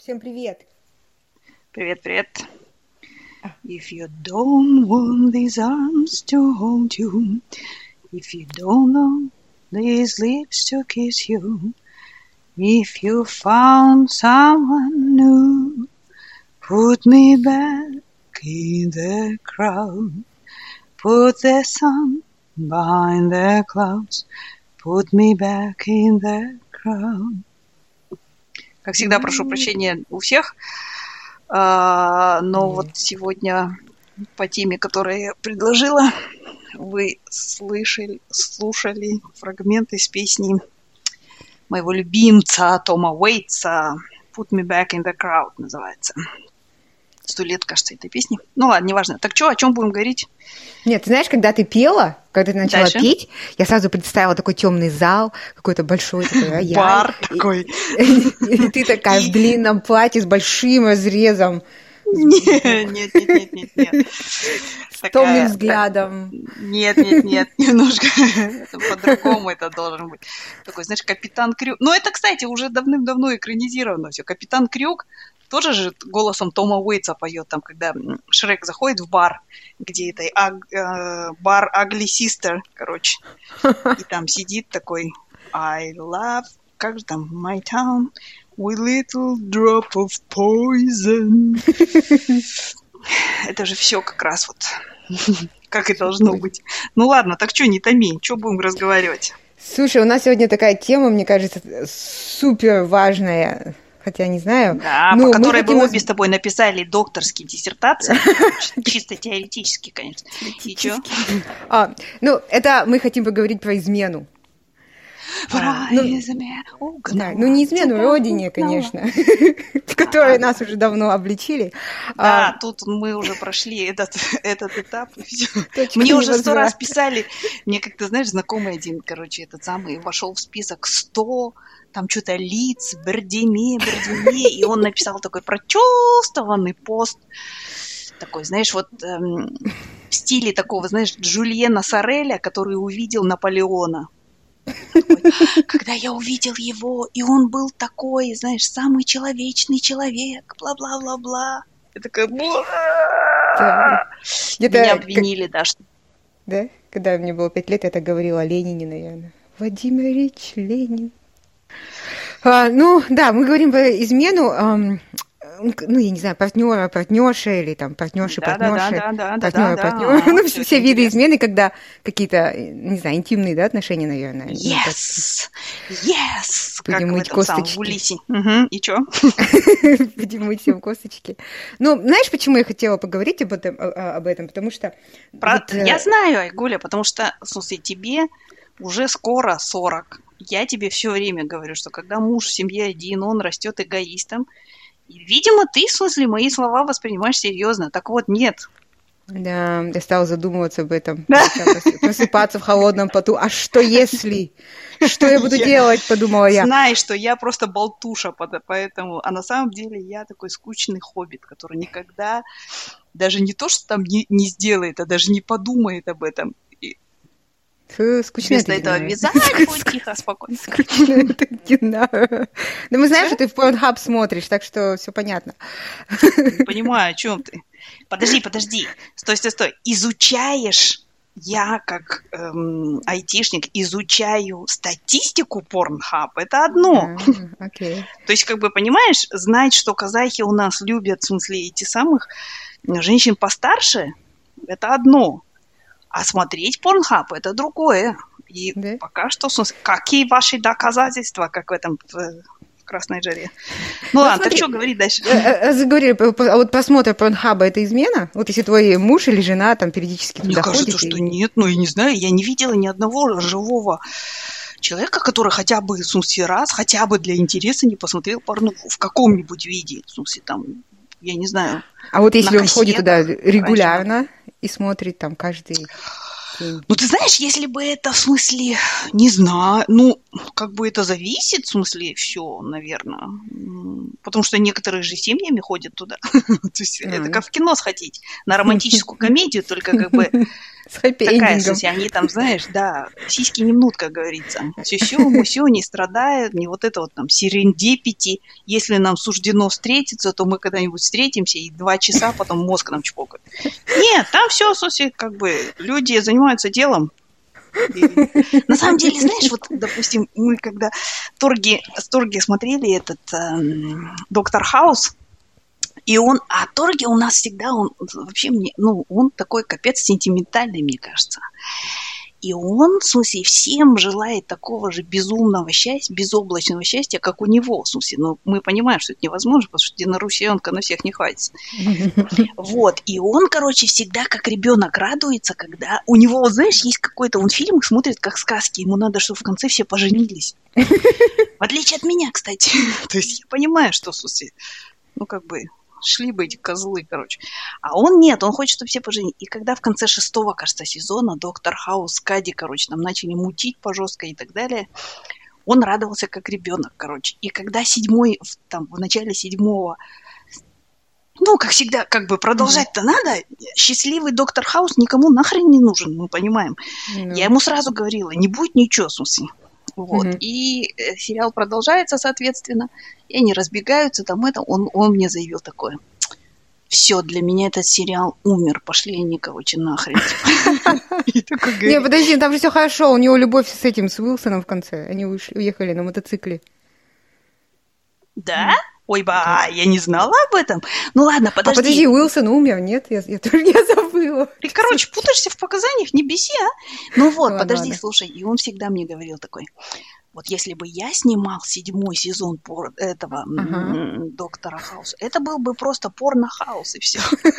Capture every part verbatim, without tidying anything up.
Всем привет! Привет, привет. If you don't want these arms to hold you, if you don't know these lips to kiss you, if you found someone new, put me back in the crowd, put the sun behind the clouds, put me back in the crowd. Как всегда, прошу прощения у всех. А, но Нет. вот сегодня по теме, которую я предложила, вы слышали, слушали фрагмент из песни моего любимца Тома Уэйтса «Put me back in the crowd» называется. Сто лет, кажется, этой песни. Ну ладно, неважно. Так что, о чем будем говорить? Нет, ты знаешь, когда ты пела, когда ты начала Дальше. петь, я сразу представила такой темный зал, какой-то большой такой рояль. Бар И- такой. И ты такая в длинном платье с большим разрезом, Нет, нет, нет, нет, нет. с Такая- томным взглядом. Нет, нет, нет, немножко это по-другому это должен быть. Такой, знаешь, Капитан Крюк. Ну, это, кстати, уже давным-давно экранизировано все. Капитан Крюк тоже же голосом Тома Уэйтса поет, там, когда м, Шрек заходит в бар, где это аг- э, бар Ugly Sister, короче, и там сидит такой I love, как же там, my town, with little drop of poison. Это же все как раз вот как и должно быть. Ну ладно, так что, не томи, что будем разговаривать? Слушай, у нас сегодня такая тема, мне кажется, супер важная, хотя не знаю. Да, Ну, по мы которой хотим вы раз- обе с тобой написали докторские диссертации, чисто теоретически, конечно. И чё? А, ну, это мы хотим поговорить про измену. А, ну, Да, ну, не измену родине, конечно, в которой нас уже давно обличили. Да, А, тут мы уже прошли этот, этот этап. и всё. точка Мне уже сто раз невозврата. писали. Мне как-то, знаешь, знакомый один, короче, этот самый, вошел в список сто, там что-то лиц, Бердеме, Бердеме, и он написал такой прочувствованный пост. Такой, знаешь, вот эм, в стиле такого, знаешь, Жюльена Сореля, который увидел Наполеона. Такой, когда я увидел его, и он был такой, знаешь, самый человечный человек, бла-бла-бла-бла. Я такая, «Бла!» Да. Где-то, Меня как- обвинили, да, что... да, когда мне было пять лет, я так говорила о Ленине, наверное. Владимир Ильич Ленин. А, ну, да, мы говорим про измену, ам, ну, я не знаю, партнера, партнерша или там партнерши, Да, да, да, партнерши, да, да, да, партнера, да, партнера. ага, Ну, всё все очень виды интересно. измены, когда какие-то, э, не знаю, интимные, да, отношения, наверное. Ну, так, Yes! Yes! Как Будем в мыть этом самом, в косточки. Улисе. Мгм, и чё? Будем мыть всем косточки. Ну, знаешь, почему я хотела поговорить об этом, о- о- об этом? Потому что Про- вот, э, Я знаю, Айгуля, потому что, в смысле, тебе уже скоро сорок. Я тебе все время говорю, что когда муж в семье один, он растет эгоистом. И, видимо, ты, в смысле, мои слова воспринимаешь серьезно. Так вот, нет. да, я стала задумываться об этом, Да. начала прос- просыпаться в холодном поту. А что если? Что я буду Я- делать, подумала я. Знай, что я просто болтуша, под- поэтому... А на самом деле я такой скучный хоббит, который никогда даже не то, что там не, не сделает, а даже не подумает об этом. И Фу, скучно вместо это этого не вязать будет тихо, спокойно. Скучно это не надо. Да мы знаем, что ты в Pornhub смотришь, так что все понятно. Не понимаю, о чем ты. Подожди, подожди. Стой, стой, стой. Изучаешь, я как эм, айтишник изучаю статистику Pornhub. Это одно. А, окей. То есть, как бы, понимаешь, знать, что казахи у нас любят, в смысле, эти самых женщин постарше, это одно. А смотреть Pornhub это другое. И Да? пока что, в смысле, какие ваши доказательства, как в этом в, в Красной Жаре? Ну, ладно, смотри, так что говорить дальше? Э, э, Заговорили, про- про- а вот просмотр Pornhub это измена? Вот если твой муж или жена там периодически Мне туда кажется, ходит что и- нет. Ну, я не знаю, я не видела ни одного живого человека, который хотя бы, в смысле, раз, хотя бы для интереса не посмотрел порнуху в каком-нибудь виде. В смысле, там, я не знаю. А вот если на он ходит туда кассетах регулярно и смотрит там каждый день. Ну, ты знаешь, если бы это, в смысле, не знаю, ну, как бы это зависит, в смысле, все, наверное. М, Потому что некоторые же семьями ходят туда. То есть это Ага. как в кино сходить на романтическую комедию, только как бы С такая, хэппи-эндингом. слушай, они там, знаешь, да, сиськи не мнут, как говорится. Сюсю, мусю, не страдают, не вот это вот там серендипити. Если нам суждено встретиться, то мы когда-нибудь встретимся, и два часа потом мозг нам чпокает. Нет, там все, слушай, как бы люди занимаются делом. И на самом деле, знаешь, вот, допустим, мы когда торги, с торги смотрели этот эм, Доктор Хаус, и он, а торги у нас всегда, он вообще мне, ну, он такой капец сентиментальный, мне кажется. И он, в смысле, всем желает такого же безумного счастья, безоблачного счастья, как у него. В смысле, ну, мы понимаем, что это невозможно, потому что динорусионка на всех не хватит. Вот. И он, короче, всегда как ребенок радуется, когда у него, вот, знаешь, есть какой-то, он фильм смотрит как сказки, ему надо, чтобы в конце все поженились. В отличие от меня, кстати. То есть я понимаю, что, в смысле, ну, как бы... шли бы эти козлы, короче. А он нет, он хочет, чтобы все поженились. И когда в конце шестого, кажется, сезона Доктор Хаус, Кади, короче, там начали мутить по жесткой и так далее, он радовался как ребенок, короче. И когда седьмой, там, в начале седьмого, ну, как всегда, как бы продолжать-то mm-hmm. надо, счастливый Доктор Хаус никому нахрен не нужен, мы понимаем. Mm-hmm. Я ему сразу говорила, не будет ничего, в смысле. Вот. Mm-hmm. И э, сериал продолжается, соответственно, и они разбегаются, там это, он, он мне заявил такое: все, для меня этот сериал умер, пошли они, короче, нахрен. Не, подожди, там же все хорошо, у него любовь с этим, с Уилсоном в конце, они уехали на мотоцикле. Да? Ой, ба, я не знала об этом. Ну ладно, подожди. А подожди, Уилсон умер, нет? Я, я тоже не забыла. Ты, короче, путаешься в показаниях, не беси, а? Ну вот, ладно, подожди, ладно. Слушай, и он всегда мне говорил такой: вот если бы я снимал седьмой сезон пор- этого ага. м- Доктора Хауса, это был бы просто порно-хаус, и все.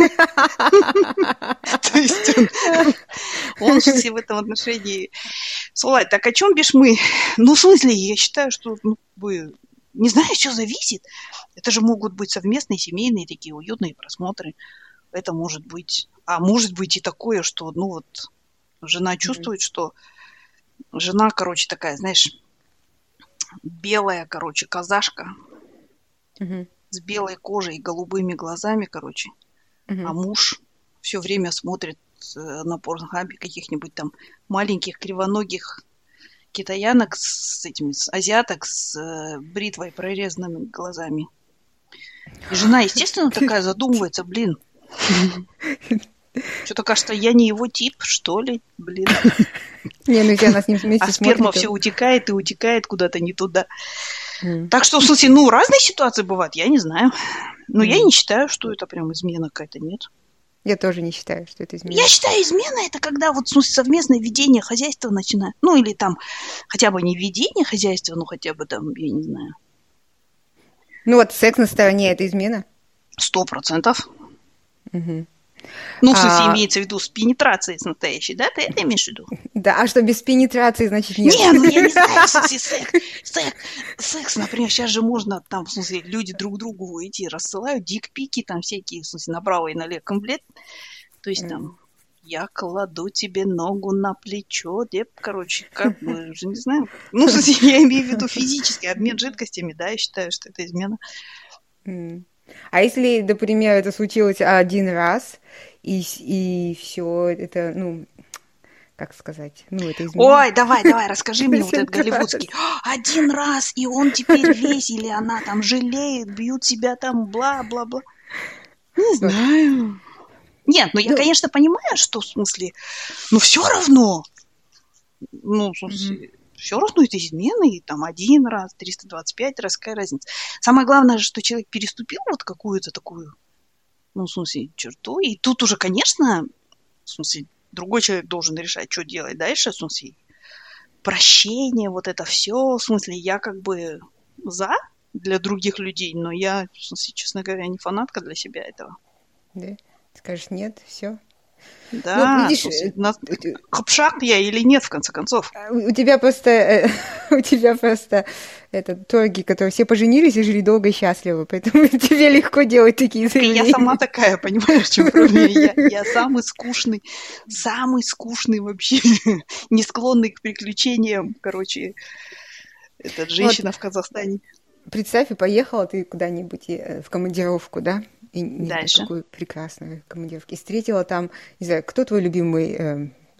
То есть он в этом отношении... Слушай, так о чем бишь мы? Ну, в смысле, я считаю, что вы... Не знаю, что зависит. Это же могут быть совместные, семейные, такие уютные просмотры. Это может быть... А может быть и такое, что, ну вот, жена чувствует, mm-hmm. что жена, короче, такая, знаешь, белая, короче, казашка mm-hmm. с белой кожей и голубыми глазами, короче. Mm-hmm. А муж все время смотрит на порнхабе каких-нибудь там маленьких кривоногих китаянок с этими, с азиаток с э, бритвой прорезанными глазами. И жена, естественно, такая задумывается, блин. Что-то кажется, я не его тип, что ли, блин. Не, ну она с ним вместе а сперма все утекает и утекает куда-то не туда. Mm. Так что, в смысле, ну, разные ситуации бывают, я не знаю. Но mm. я не считаю, что это прям измена какая-то, нет. Я тоже не считаю, что это измена. Я считаю, измена это когда вот, в смысле, совместное ведение хозяйства начинает. Ну, или там хотя бы не ведение хозяйства, но хотя бы там, я не знаю. Ну, вот секс на стороне – это измена? Сто процентов. Угу. Ну, в смысле, а... имеется в виду с пенетрацией с настоящей, да? Ты это имеешь в виду? Да, а что, без пенетрации, значит, нет? Не, ну я не знаю, в смысле, секс, секс, секс, например, сейчас же можно, там, в смысле, люди друг другу эти рассылают дикпики, там всякие, в смысле, направо и налево комплект. То есть там, я кладу тебе ногу на плечо, деп, короче, как бы, уже не знаю. Ну, в смысле, я имею в виду физический обмен жидкостями, да, я считаю, что это измена. А если, например, это случилось один раз, и, и все это, ну, как сказать, ну, это измена. Ой, давай, давай, расскажи мне вот этот голливудский. Один раз, и он теперь весь, или она там жалеет, бьют себя там, бла-бла-бла. Не знаю. Нет, ну я, конечно, понимаю, что в смысле, но все равно, ну, в смысле... Все равно это измены, и там один раз, триста двадцать пять раз, какая разница. Самое главное же, что человек переступил вот какую-то такую, ну, в смысле, черту, и тут уже, конечно, в смысле, другой человек должен решать, что делать дальше, в смысле, прощение, вот это все, в смысле, я как бы за для других людей, но я, в смысле, честно говоря, не фанатка для себя этого. Да? Скажешь нет, все. Да, ну, видишь, на... хапшак я или нет, в конце концов. У тебя просто, у тебя просто это торги, которые все поженились и жили долго и счастливо, поэтому тебе легко делать такие заявления. Я сама такая, понимаешь, в чем проблема? Я, я самый скучный, самый скучный вообще, не склонный к приключениям, короче, эта женщина вот в Казахстане. Представь, и поехала ты куда-нибудь в командировку, да? И не знаю, какой прекрасной командировки. И встретила там, не знаю, кто твой любимый э,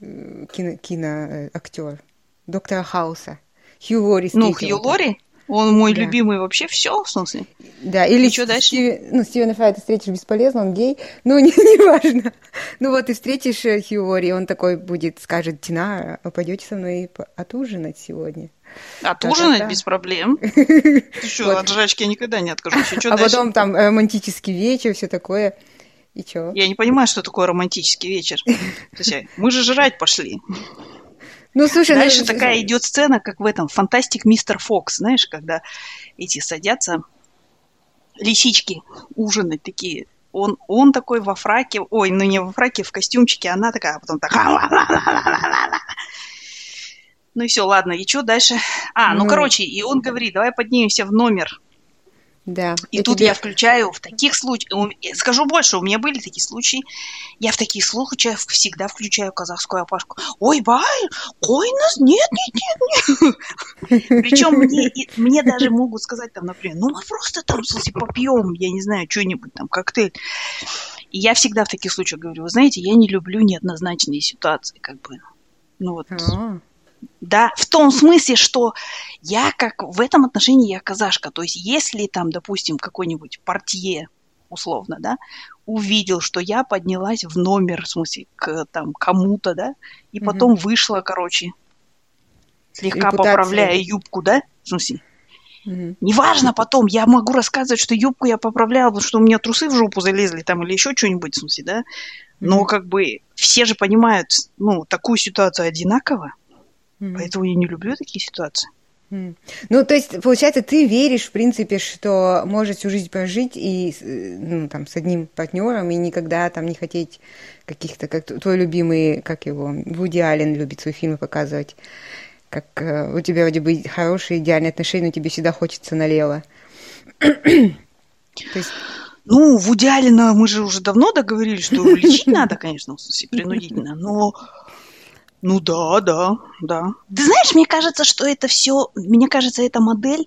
кино, киноактер доктора Хауса. Хью Лори. Ну, Хью Лори? Он мой да. любимый вообще все, в смысле. Да, или что дальше? Стив... ну, Стивена Фрай ты встретишь бесполезно, он гей, ну, не, не важно. Ну, вот ты встретишь Хью Лори, он такой будет, скажет: Тина, вы пойдете со мной отужинать сегодня? Отужинать да, да, да. без проблем. Ты что, вот. От жрачки я никогда не откажусь. А дальше? Потом там романтический вечер, все такое. И чё? Я не понимаю, что такое романтический вечер. Мы же жрать пошли. Ну, слушай, дальше ну, такая идет сцена, как в этом «Фантастик мистер Фокс», знаешь, когда эти садятся лисички ужинать такие. Он, он такой во фраке, ой, ну не во фраке, в костюмчике, она такая, а потом так... Ну и все, ладно, и что дальше? А, ну, ну, короче, и он говорит: давай поднимемся в номер. Да. И тут тебе... я включаю в таких случаях, скажу больше, у меня были такие случаи, я в таких случаях всегда включаю казахскую опашку. Ой, бай, ой, нас, нет, нет, нет, нет. Причем мне, мне даже могут сказать там, например, ну мы просто там, в смысле, попьем, я не знаю, что-нибудь там, коктейль. И я всегда в таких случаях говорю: вы знаете, я не люблю неоднозначные ситуации, как бы, ну вот... А-а-а. Да, в том смысле, что я как в этом отношении я казашка. То есть, если там, допустим, какой-нибудь портье, условно, да, увидел, что я поднялась в номер, в смысле, к там кому-то, да, и mm-hmm. потом вышла, короче, слегка Репутация. Поправляя юбку, да, в смысле. Mm-hmm. Неважно потом, я могу рассказывать, что юбку я поправляла, потому что у меня трусы в жопу залезли там или еще что-нибудь, в смысле, да. Но mm-hmm. как бы все же понимают, ну, такую ситуацию одинаково. Mm-hmm. Поэтому я не люблю такие ситуации. Mm. Ну, то есть, получается, ты веришь, в принципе, что можешь всю жизнь прожить и, ну, там, с одним партнером и никогда там не хотеть каких-то, как твой любимый, как его, Вуди Аллен любит свои фильмы показывать, как э, у тебя вроде бы хорошие, идеальные отношения, но тебе всегда хочется налево. То есть... Ну, Вуди Аллена мы же уже давно договорились, что лечить надо, конечно, в смысле, принудительно, но... Ну да, да, да. Ты знаешь, мне кажется, что это все, мне кажется, эта модель,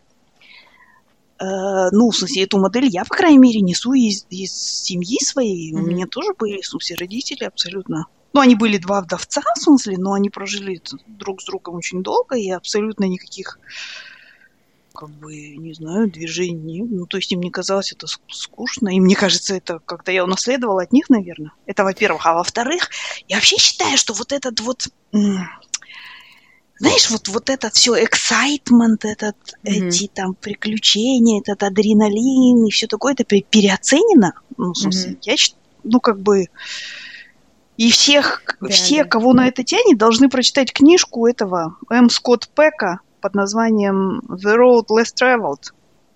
э, ну, в смысле, эту модель я, по крайней мере, несу из, из семьи своей. Mm-hmm. У меня тоже были, в смысле, родители абсолютно. Ну, они были два вдовца, в смысле, но они прожили друг с другом очень долго, и абсолютно никаких, как бы, не знаю, движений. Ну, то есть им не казалось это скучно. И мне кажется, это как-то я унаследовала от них, наверное. Это, во-первых. А во-вторых, я вообще считаю, что вот этот вот... Знаешь, вот, вот этот все excitement, этот, mm-hmm. эти там приключения, этот адреналин и все такое, это переоценено. Ну, в смысле, mm-hmm. я считаю, ну, как бы... И всех, да, все, да. кого на это тянет, должны прочитать книжку этого М. Скотт Пека под названием «The Road Less Traveled»,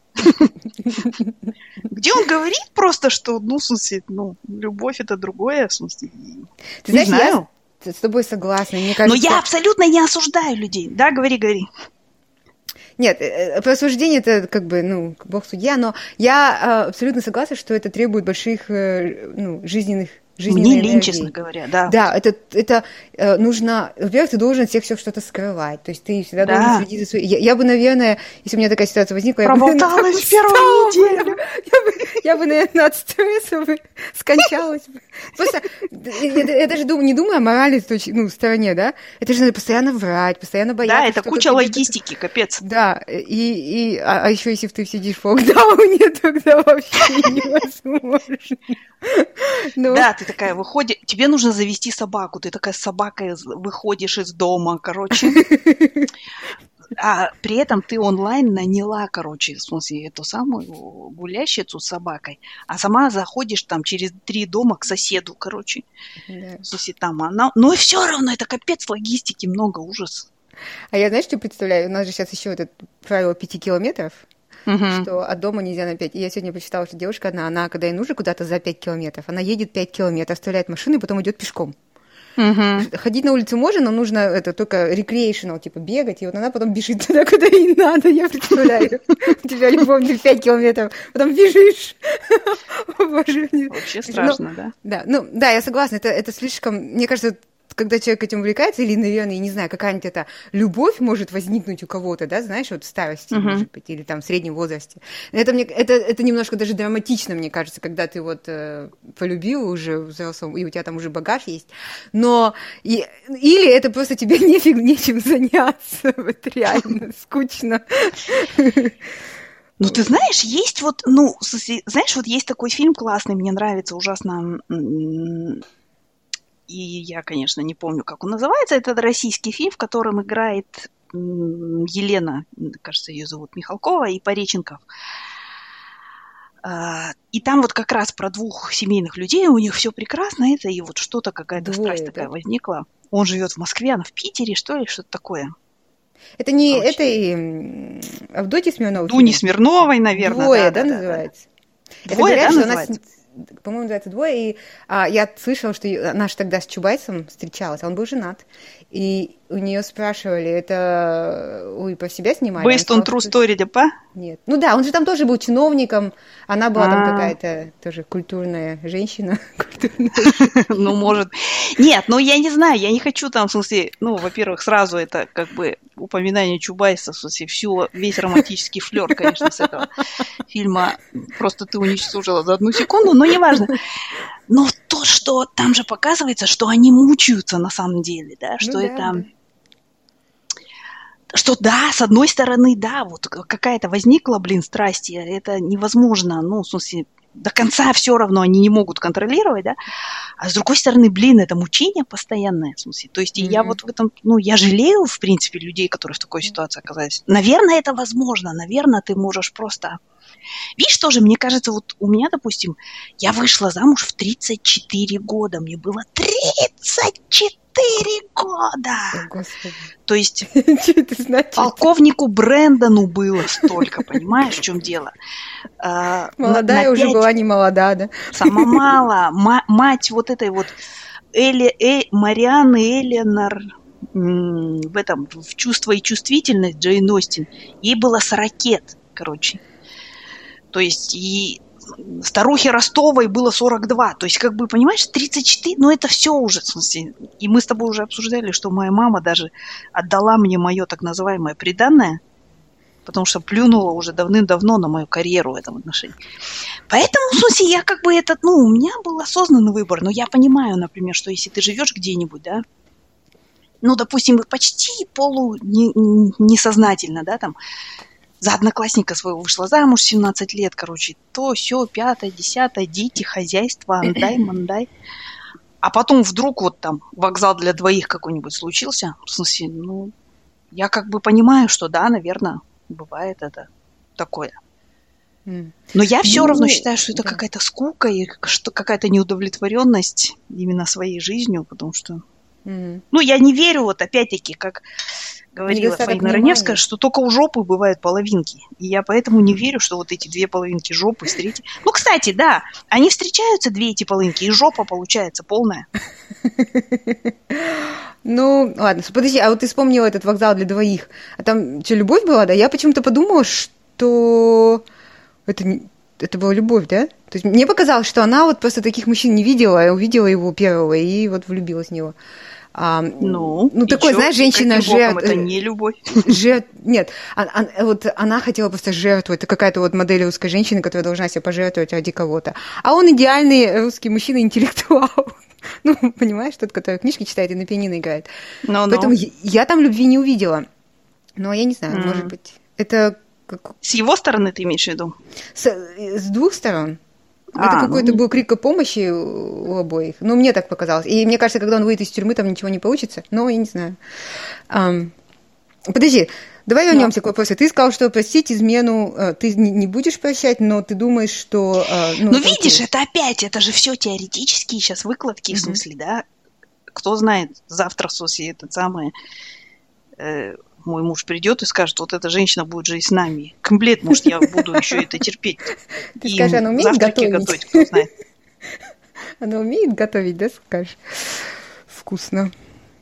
где он говорит просто, что, ну, в смысле, ну, любовь – это другое, в смысле, ты не знаешь, знаю. Я с тобой согласна. Мне кажется... Но я абсолютно не осуждаю людей. Да, говори, говори. Нет, про осуждение это как бы, ну, бог судья, но я абсолютно согласна, что это требует больших, ну, жизненных Мне лень, честно говоря, да. Да, это, это э, нужно... Во-первых, ты должен всех всех что-то скрывать. То есть ты всегда да. должен следить за своей... Я, я бы, наверное, если у меня такая ситуация возникла... Проболталась в первую неделю. Я бы, я бы, наверное, от стресса бы скончалась бы. Просто я, я даже думаю, не думаю о моральной ну, стороне, да? Это же надо постоянно врать, постоянно бояться. Да, это куча логистики, капец. Да, и, и, а, а еще если ты сидишь в локдауне, тогда вообще невозможно. Но... Да, ты такая выходишь, тебе нужно завести собаку, ты такая с собакой выходишь из дома, короче. А при этом ты онлайн наняла, короче, в смысле, эту самую гулящицу с собакой, а сама заходишь там через три дома к соседу, короче. Да. В смысле, там она... Но все равно это капец логистики, много, ужас. А я, знаешь, что представляю? У нас же сейчас еще это правило пяти километров. Uh-huh. Что от дома нельзя на пять. И я сегодня почитала, что девушка одна, она, когда ей нужно куда-то за пять километров, она едет пять километров, оставляет машину и потом идет пешком. Uh-huh. Ходить на улицу можно, но нужно это только recreational, типа бегать, и вот она потом бежит туда, куда ей надо, я представляю. У тебя любовь пять километров, потом бежишь. Вообще страшно, да? Да, ну да, я согласна, это слишком, мне кажется, когда человек этим увлекается, или, наверное, я не знаю, какая-нибудь эта любовь может возникнуть у кого-то, да, знаешь, вот в старости, uh-huh. может быть, или там в среднем возрасте. Это, мне, это, это немножко даже драматично, мне кажется, когда ты вот э, полюбил уже взрослым, и у тебя там уже багаж есть. Но и, или это просто тебе нефиг, нечем заняться, вот реально скучно. Ну, ты знаешь, есть вот, ну, знаешь, вот есть такой фильм классный, мне нравится ужасно, и я, конечно, не помню, как он называется, это российский фильм, в котором играет Елена, кажется, ее зовут Михалкова, и Пореченков. И там вот как раз про двух семейных людей, у них все прекрасно, это и вот что-то, какая-то Двое, страсть да? такая возникла. Он живет в Москве, она в Питере, что ли, что-то такое. Это не Короче. это и Авдотья Смирнова? Дуни Смирновой, наверное. Двое, да, да, да называется? Да. Двое, это говорят, да, что называется? Она, по-моему, называется «Двое». И а, я слышала, что она же тогда с Чубайсом встречалась, а он был женат. И у нее спрашивали, это вы по себя снимали? Based on true story, да, па? Нет. Ну да, он же там тоже был чиновником, она была там какая-то тоже культурная женщина. Ну, может. Нет, ну я не знаю, я не хочу там, в смысле, ну, во-первых, сразу это как бы упоминание Чубайса, в смысле, всю, весь романтический флёр, конечно, с этого фильма просто ты уничтожила за одну секунду, но неважно. Но то, что там же показывается, что они мучаются на самом деле, да, что ну, это... Да, да. Что да, с одной стороны, да, вот какая-то возникла, блин, страсть, это невозможно, ну, в смысле, до конца все равно они не могут контролировать, да, а с другой стороны, блин, это мучение постоянное, в смысле, то есть mm-hmm. я вот в этом, ну, я жалею, в принципе, людей, которые в такой ситуации оказались. Наверное, это возможно, наверное, ты можешь просто... Видишь, тоже, мне кажется, вот у меня, допустим, я вышла замуж в тридцать четыре года, мне было тридцать четыре года! О, Господи. То есть полковнику Брэндону было столько, понимаешь, в чем дело? Молодая на, на уже пять... была не молода, да? Сама мало. М- мать вот этой вот Эли, э, Марианны Эленор м- в этом, в «Чувство и чувствительность» Джейн Остин, ей было сорокет, короче. То есть и старухе Ростовой было сорок два. То есть, как бы, понимаешь, тридцать четыре, ну это все уже, в смысле. И мы с тобой уже обсуждали, что моя мама даже отдала мне мое так называемое приданное, потому что плюнула уже давным-давно на мою карьеру в этом отношении. Поэтому, в смысле, я как бы этот, ну, у меня был осознанный выбор, но я понимаю, например, что если ты живешь где-нибудь, да, ну, допустим, почти полу несознательно, да, там, за одноклассника своего вышла замуж, семнадцать лет, короче, то, сё, пятое, десятое, дети, хозяйство, андай, мандай. А потом вдруг вот там вокзал для двоих какой-нибудь случился, в смысле, ну, я как бы понимаю, что да, наверное, бывает это такое. Но я все ну, равно считаю, что это да. какая-то скука и что какая-то неудовлетворенность именно своей жизнью, потому что, mm. ну, я не верю, вот опять-таки, как говорила Фаина Раневская, что только у жопы бывают половинки. И я поэтому не верю, что вот эти две половинки жопы встретят. Ну, кстати, да, они встречаются, две эти половинки, и жопа получается полная. Ну, ладно, подожди, а вот ты вспомнила этот вокзал для двоих. А там что, любовь была, да? Я почему-то подумала, что это, не... это была любовь, да? То есть мне показалось, что она вот просто таких мужчин не видела, а увидела его первого и вот влюбилась в него. А, ну, ну такой, знаешь, женщина жертва. Это не любовь. Жертв... Нет, а, а, вот она хотела просто жертвовать. Это какая-то вот модель русской женщины, которая должна себя пожертвовать ради кого-то. А он идеальный русский мужчина-интеллектуал. Ну, понимаешь, тот, который книжки читает и на пианино играет. No, no. Поэтому я, я там любви не увидела. Но я не знаю, mm. может быть, это... Как... С его стороны ты имеешь в виду? С, с двух сторон. А, это какой-то ну... был крик о помощи у обоих. Ну, мне так показалось. И мне кажется, когда он выйдет из тюрьмы, там ничего не получится. Но я не знаю. Um, подожди, давай вернемся no. к вопросу. Ты сказал, что простить измену ты не будешь прощать, но ты думаешь, что... Ну, ну видишь, ты... это опять, это же все теоретические сейчас выкладки, mm-hmm. в смысле, да? Кто знает, завтра в смысле этот самый... Э, мой муж придет и скажет, вот эта женщина будет жить с нами. Комплект, может, я буду еще это терпеть. Ты скажешь, она умеет готовить? готовить, кто знает. Она умеет готовить, да, скажешь? Вкусно.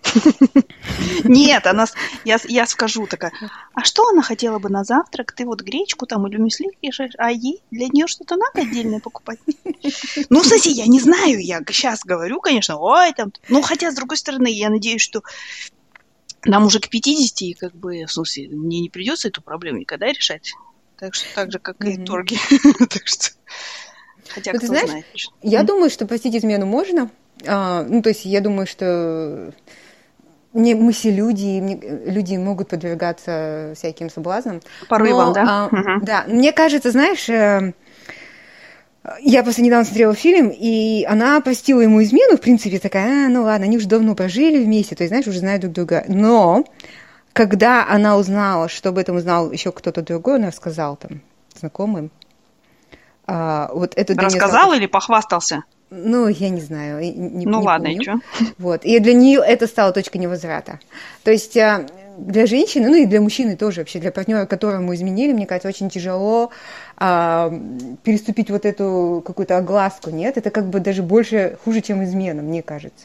Нет, она, я, я скажу такая, а что она хотела бы на завтрак? Ты вот гречку там или мюсли ешь, а ей для нее что-то надо отдельное покупать? Ну, кстати, я не знаю, я сейчас говорю, конечно, ой, там, ну, хотя, с другой стороны, я надеюсь, что нам уже к пятидесяти, как бы, в смысле, мне не придется эту проблему никогда решать. Так что так же, как и торги. Так что, хотя кто знает. Я думаю, что простить измену можно. Ну, то есть я думаю, что... Мне, мы все люди, мне, люди могут подвергаться всяким соблазнам. Порывам, но, да? А, угу. Да, мне кажется, знаешь, э, я просто недавно смотрела фильм, и она простила ему измену, в принципе, такая, а, ну ладно, они уже давно прожили вместе, то есть, знаешь, уже знают друг друга. Но когда она узнала, что об этом узнал еще кто-то другой, он рассказал там знакомым. А, вот это Рассказал стало... или похвастался? Ну, я не знаю, не, ну, не ладно, помню. И что? Вот. И для нее это стало точкой невозврата. То есть для женщины, ну и для мужчины тоже вообще, для партнера, которому изменили, мне кажется, очень тяжело а, переступить вот эту какую-то огласку, нет? Это как бы даже больше, хуже, чем измена, мне кажется.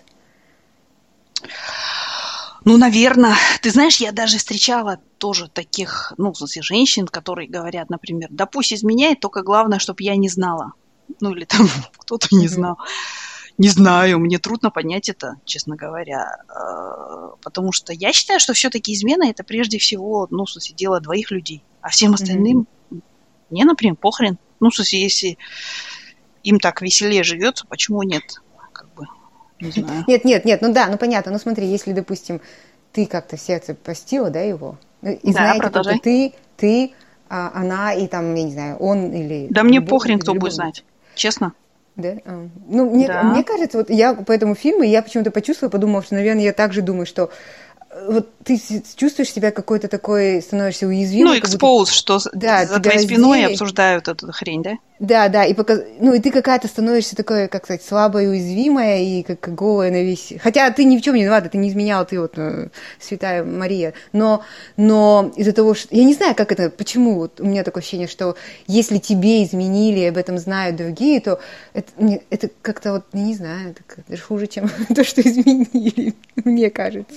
Ну, наверное. Ты знаешь, я даже встречала тоже таких, ну, в смысле, женщин, которые говорят, например, да пусть изменяет, только главное, чтобы я не знала. Ну, или там кто-то не знал. Не знаю, мне трудно понять это, честно говоря. Потому что я считаю, что все-таки измена – это прежде всего, ну, в смысле, дело двоих людей. А всем остальным мне, например, похрен. Ну, в смысле, если им так веселее живется, почему нет? Как бы, не знаю. Нет, нет, нет, ну да, ну понятно. Ну смотри, если, допустим, ты как-то сердце простила, да, его, и да, знаете, только ты, ты, а, она и там, я не знаю, он или... Да мне похрен, кто будет знать, честно. Да? А. Ну, мне, да. мне кажется, вот я по этому фильму, я почему-то почувствовала, подумала, что, наверное, я также думаю, что вот ты чувствуешь себя какой-то такой, становишься уязвимой. Ну, экспоуз, будто... что да, за твоей спиной обсуждают эту хрень, да? Да, да, и, показ... ну, и ты какая-то становишься такой, как сказать, слабая, уязвимая и как голая на весь... Хотя ты ни в чем не виновата, ты не изменяла, ты вот э, святая Мария. Но, но из-за того, что... Я не знаю, как это, почему вот у меня такое ощущение, что если тебе изменили, и об этом знают другие, то это, это как-то вот, не знаю, это даже хуже, чем то, что изменили, мне кажется.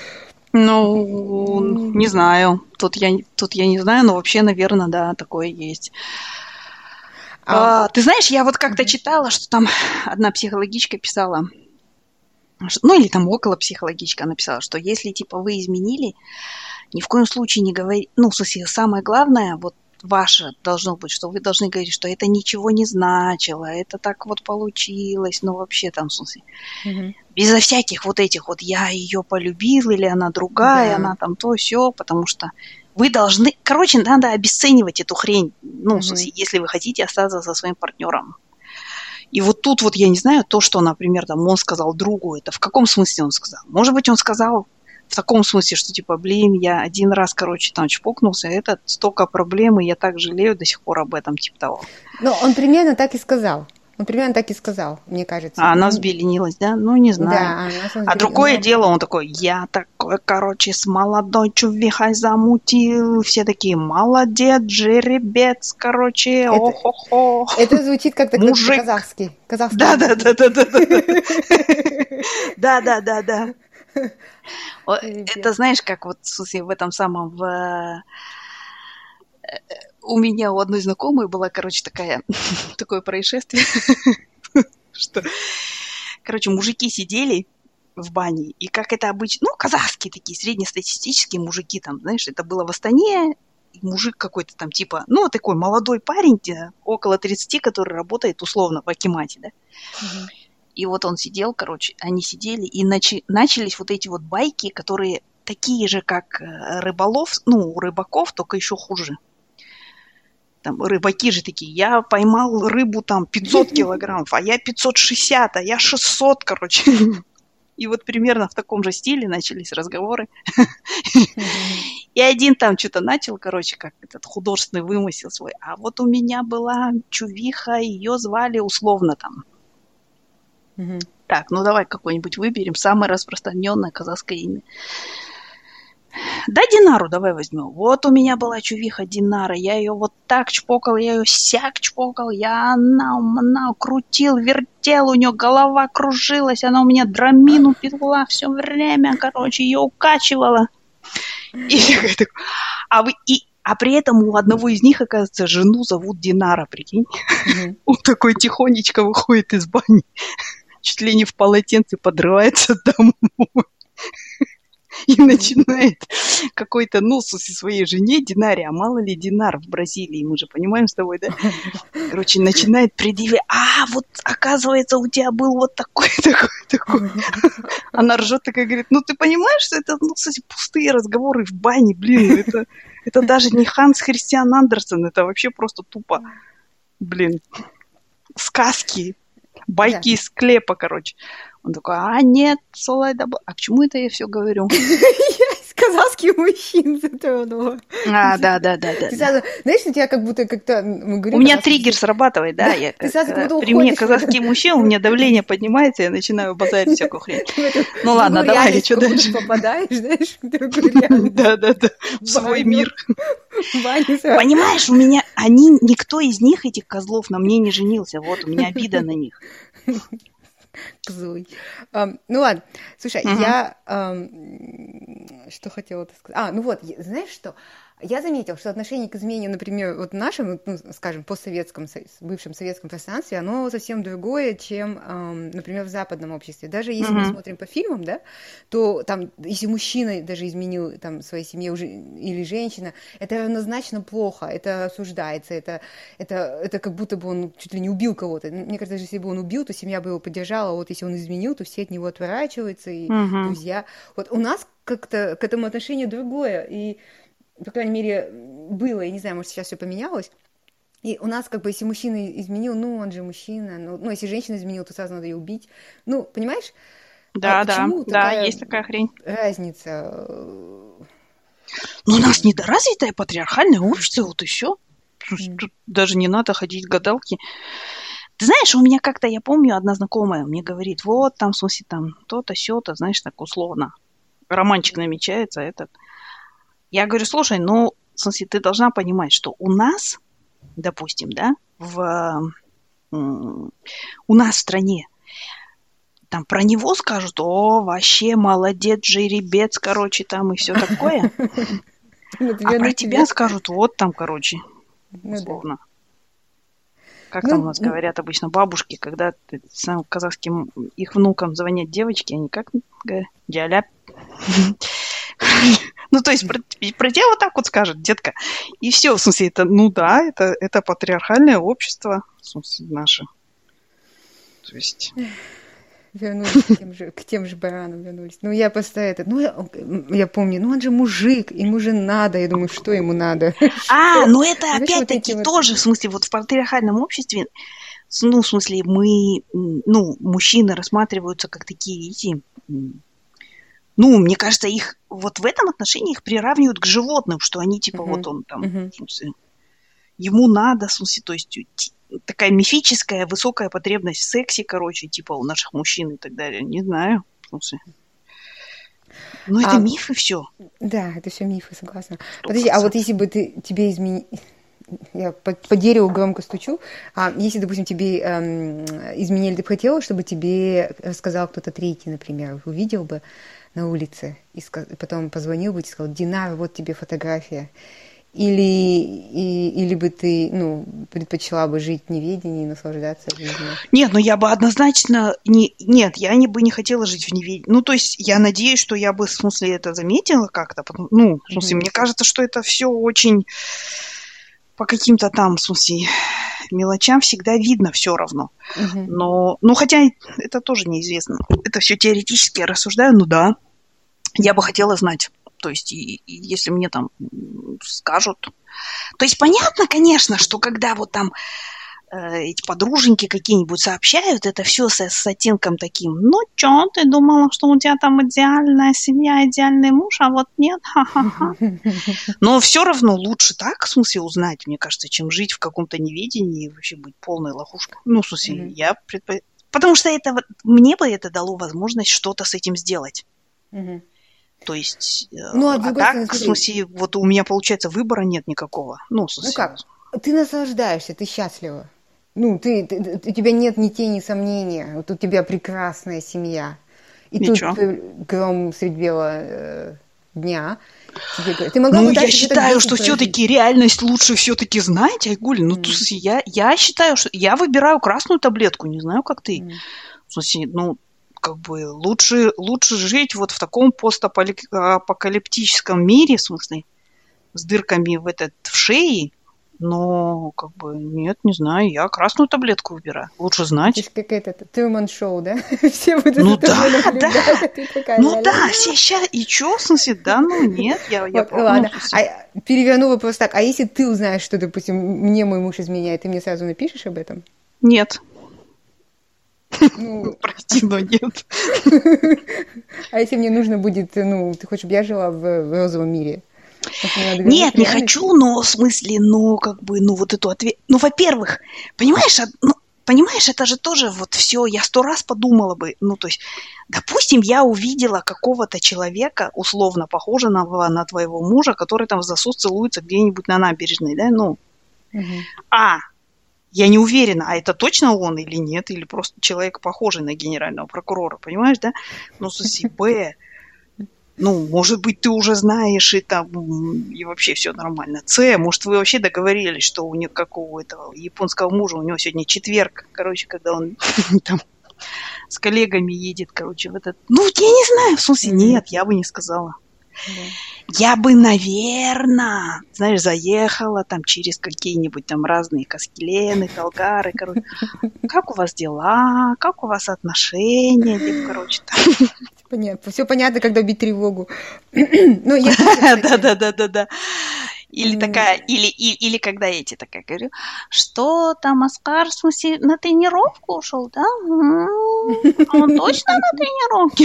Ну, не знаю. Тут я, тут я не знаю, но вообще, наверное, да, такое есть. А, а, ты знаешь, я вот как-то читала, что там одна психологичка писала, ну или там около психологичка написала, что если типа вы изменили, ни в коем случае не говори, ну, в смысле, самое главное, вот ваше должно быть, что вы должны говорить, что это ничего не значило, это так вот получилось, ну вообще там, в смысле, mm-hmm. безо всяких вот этих вот я ее полюбил или она другая, yeah. она там то сё, потому что вы должны, короче, надо обесценивать эту хрень, ну, mm-hmm. в смысле, если вы хотите остаться со своим партнером. И вот тут вот я не знаю, то, что, например, там он сказал другу, это в каком смысле он сказал? Может быть, он сказал в таком смысле, что типа, блин, я один раз, короче, там чпокнулся, это столько проблем, и я так жалею до сих пор об этом, типа того. Ну, он примерно так и сказал. Он примерно так и сказал, мне кажется. А она взбеленилась, да? Ну, не знаю. Да, а другое но... дело, он такой, я такой, короче, с молодой чувихой замутил. Все такие, молодец, жеребец, короче, это, о-хо-хо. Это звучит как-то мужик. казахский. казахский. Да-да-да-да-да. Да-да-да-да. Это знаешь, как вот, в смысле, в этом самом... В... У меня у одной знакомой была, короче, такая, такое происшествие, что, короче, мужики сидели в бане, и как это обычно, ну, казахские такие, среднестатистические мужики там, знаешь, это было в Астане, мужик какой-то там типа, ну, такой молодой парень, около тридцати, который работает условно в акимате, да, mm-hmm. и вот он сидел, короче, они сидели, и начи- начались вот эти вот байки, которые такие же, как рыболов, ну, у рыбаков, только еще хуже. Там рыбаки же такие, я поймал рыбу там пятьсот килограммов, а я пятьсот шестьдесят, а я шестьсот, короче. И вот примерно в таком же стиле начались разговоры. И один там что-то начал, короче, как этот художественный вымысел свой. А вот у меня была чувиха, ее звали условно там. Так, ну давай какое-нибудь выберем. Самое распространенное казахское имя. Да, Динару давай возьмем. Вот у меня была чувиха Динара. Я ее вот так чпокал, я ее сяк чпокал. Я она, она крутил, вертел, у нее голова кружилась. Она у меня драмину пила все время, короче, ее укачивала. И такая, а, вы, и, а при этом у одного из них, оказывается, жену зовут Динара, прикинь. Mm-hmm. Он такой тихонечко выходит из бани, чуть ли не в полотенце подрывается домой. И начинает какой-то нос со своей жене Динаре, а мало ли Динар в Бразилии, мы же понимаем с тобой, да? Короче, начинает предъявлять, а вот оказывается у тебя был вот такой, такой, такой. Она ржет такая, говорит, ну ты понимаешь, что это, ну, кстати, пустые разговоры в бане, блин, это, это даже не Ханс Христиан Андерсен, это вообще просто тупо, блин, сказки, байки да. из склепа, короче. Он такой, а нет, Солай, а к чему это я все говорю? Казахский мужчин затронула. А, да, да, да, да. Ты сразу, знаешь, у тебя как будто как-то... Мы говорим, у меня триггер срабатывает, да. Я, ты сразу как будто при мне казахский мужчина, у меня давление поднимается, я начинаю базарить всякую хрень. Ну ладно, давай, что дальше? Попадаешь, знаешь, в другую реальность. Да, да, да, в свой мир. Понимаешь, у меня, они, никто из них, этих козлов, на мне не женился. Вот, у меня обида на них. Кзуй. Um, ну ладно, слушай, uh-huh. я um, что хотела сказать? А, ну вот, знаешь что? Я заметила, что отношение к измене, например, вот в нашем, ну, скажем, постсоветском, бывшем советском пространстве, оно совсем другое, чем, эм, например, в западном обществе. Даже если uh-huh. мы смотрим по фильмам, да, то там, если мужчина даже изменил там своей семье уже, или женщина, это равнозначно плохо, это осуждается, это, это, это как будто бы он чуть ли не убил кого-то. Мне кажется, даже если бы он убил, то семья бы его поддержала, вот если он изменил, то все от него отворачиваются, и uh-huh. друзья. Вот у нас как-то к этому отношение другое, и по крайней мере, было, я не знаю, может, сейчас все поменялось. И у нас, как бы, если мужчина изменил, ну, он же мужчина. Ну, ну если женщина изменила, то сразу надо ее убить. Ну, понимаешь? Да, а да, да, есть такая хрень. Разница. Ну, у нас недоразвитое патриархальное общество, вот еще. Mm. Тут даже не надо ходить к гадалке. Ты знаешь, у меня как-то, я помню, одна знакомая мне говорит, вот, там, в смысле, там, то-то, сё-то, знаешь, так условно. Романчик намечается, этот... Я говорю, слушай, ну, в смысле, ты должна понимать, что у нас, допустим, да, в, у нас в стране, там про него скажут, о, вообще молодец, жеребец, короче, там и все такое. А про тебя скажут, вот там, короче, условно. Как там у нас говорят обычно бабушки, когда самым казахским их внукам звонят девочки, они как говорят, дяля. Ну, то есть про, про тебя вот так вот скажет, детка. И все, в смысле, это, ну да, это, это патриархальное общество, в смысле, наше. То есть... Вернулись к тем же, к тем же баранам, вернулись. Ну, я просто это, ну, я, я помню, ну, он же мужик, ему же надо. Я думаю, что ему надо? А, ну, это опять-таки тоже, в смысле, вот в патриархальном обществе, ну, в смысле, мы, ну, мужчины рассматриваются как такие, эти... Ну, мне кажется, их вот в этом отношении их приравнивают к животным, что они типа uh-huh. вот он там, uh-huh. в смысле, ему надо, в смысле, то есть такая мифическая высокая потребность в сексе, короче, типа у наших мужчин и так далее. Не знаю, в смысле. Ну, это а, мифы все. Да, это все мифы, согласна. сто процентов. Подожди, а вот если бы ты, тебе изменили... Я по, по дереву громко стучу. А если, допустим, тебе эм, изменили, ты бы хотела, чтобы тебе рассказал кто-то третий, например, увидел бы на улице, и потом позвонил бы и сказал, Динар, вот тебе фотография. Или, и, или бы ты, ну, предпочла бы жить в неведении и наслаждаться жизнью? Нет, ну я бы однозначно... Не, нет, я не, бы не хотела жить в неведении. Ну, то есть я надеюсь, что я бы, в смысле, это заметила как-то. Ну, в смысле, mm-hmm. мне кажется, что это все очень... По каким-то там, в смысле, мелочам всегда видно все равно. Uh-huh. Но, ну, хотя это тоже неизвестно. Это все теоретически я рассуждаю, ну да, я бы хотела знать. То есть, и, и если мне там скажут... То есть, понятно, конечно, что когда вот там э, эти подруженьки какие-нибудь сообщают, это все с, с оттенком таким, ну, чё, ты думала, что у тебя там идеальная семья, идеальный муж, а вот нет, ха-ха-ха. Но все равно лучше так, в смысле, узнать, мне кажется, чем жить в каком-то неведении и вообще быть полной лохушкой. Ну, в смысле, mm-hmm. я предпочитаю... Потому что это, мне бы это дало возможность что-то с этим сделать. Mm-hmm. То есть, Ну, а, а с другой так, стороны, в смотри, смысле, вот у меня, получается, выбора нет никакого. Ну, в ну смысле, как, ты наслаждаешься, ты счастлива. Ну, ты, ты- ты- у тебя нет ни тени сомнения, вот у тебя прекрасная семья. И тут ничего. э, гром средь бела э, дня тебе говорят. Ты могла Ну, бы я дальше еще так считаю, что десять прожить. все-таки реальность лучше все-таки знать, Айгуль. Ну, то М, есть я, я считаю, что я выбираю красную таблетку, не знаю, как ты. м. В смысле, ну, как бы лучше, лучше жить вот в таком постапокалиптическом мире, в смысле, с дырками в этот в шее, но как бы нет, не знаю, я красную таблетку выбираю. Лучше Это знать. же какое-то Труман шоу, да? Все будут Ну за да, тобой да. наблюдать, а ты такая Ну да, ля-ля-ля. все сейчас. И чё, в смысле, да, ну нет, я, я Вот, про... Ну, в ладно. смысле, А переверну вопрос так. А если ты узнаешь, что, допустим, мне мой муж изменяет, ты мне сразу напишешь об этом? нет. Ну, Прости, но нет. а если мне нужно будет, ну, ты хочешь, чтобы я жила в, в розовом мире? Может, мне надо вернуться Нет, в не реальность? хочу, но в смысле, ну, как бы, ну, вот эту ответ... Ну, во-первых, понимаешь, од- ну, понимаешь, это же тоже вот все, я сто раз подумала бы, ну, то есть, допустим, я увидела какого-то человека, условно похожего на твоего мужа, который там в засос целуется где-нибудь на набережной, да, ну, Мгм. а, я не уверена, а это точно он или нет, или просто человек похожий на генерального прокурора, понимаешь, да? Ну, в смысле, б, ну, может быть, ты уже знаешь, и там, м, и вообще все нормально. С, может, вы вообще договорились, что у него, как у этого японского мужа, у него сегодня четверг, короче, когда он там с коллегами едет, короче, в этот... Ну, я не знаю, в смысле, Мгм. нет, я бы не сказала. Да. Я бы, наверное, знаешь, заехала там через какие-нибудь там разные Каскелены, Талгары, короче. Как у вас дела? Как у вас отношения? Типа, короче, там. Понятно. Все понятно, когда бить тревогу. Ну, я тоже, кстати. Да-да-да-да-да. Или м, такая, или, и- или когда я тебе такая говорю, что там Оскар, в смысле, на тренировку ушел, да? М, А он точно на тренировке?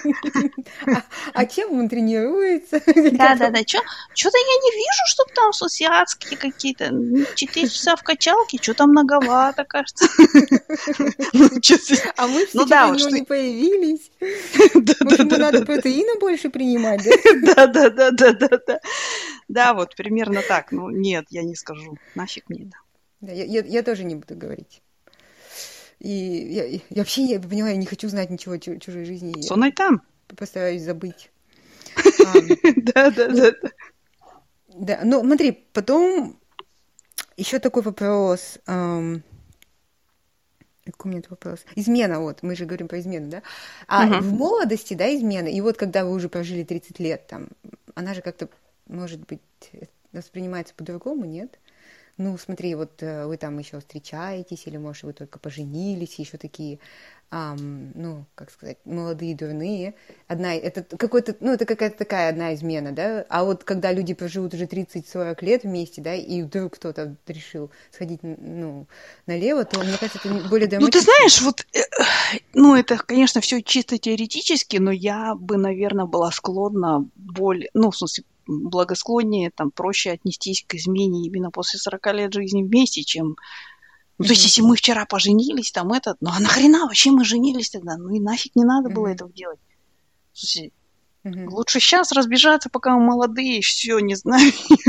А, а чем он тренируется? Или как он? Да-да-да, чё, чё-то я не вижу, чтоб там асиатские какие-то, м, четыре часа в качалке, что там многовато, кажется. Ну, чё-то- А мышцы ну что-то да, у вот него что... не появились. Может, ему надо Да-да-да-да-да. протеина больше принимать, да? Да-да-да-да-да-да. Да, вот примерно так. Ну, нет, я не скажу. Нафиг мне это. Да, я, я, я тоже не буду говорить. И я, я вообще, я понимаю, я не хочу знать ничего о чу- чужой жизни. Я Сонай там. постараюсь забыть. Ам, ну, Да-да-да. да, ну, смотри, потом еще такой вопрос. ам, какой у меня тут вопрос? Измена, вот, мы же говорим про измену, да? А Мгм. в молодости, да, измена, и вот когда вы уже прожили тридцать лет, там, она же как-то, может быть, э, воспринимается по-другому, нет? Ну, смотри, вот э, вы там еще встречаетесь, или, может, вы только поженились, еще такие, ам, ну, как сказать, молодые, дурные. Одна, это какой-то, ну, это какая-то такая одна измена, да? А вот когда люди проживут уже тридцать-сорок лет вместе, да, и вдруг кто-то решил сходить, ну, налево, то, мне кажется, это не- более Ну, ты драматично. знаешь, вот, э, ну, это, конечно, все чисто теоретически, но я бы, наверное, была склонна более, ну, в смысле, благосклоннее, там, проще отнестись к измене именно после сорока лет жизни вместе, чем... Ну, то есть, Мгм, если мы вчера поженились, там, этот... Ну, а нахрена вообще мы женились тогда? Ну, и нафиг не надо было мгм, этого делать. Слушай, мгм. лучше сейчас разбежаться, пока мы молодые, все, не знаю.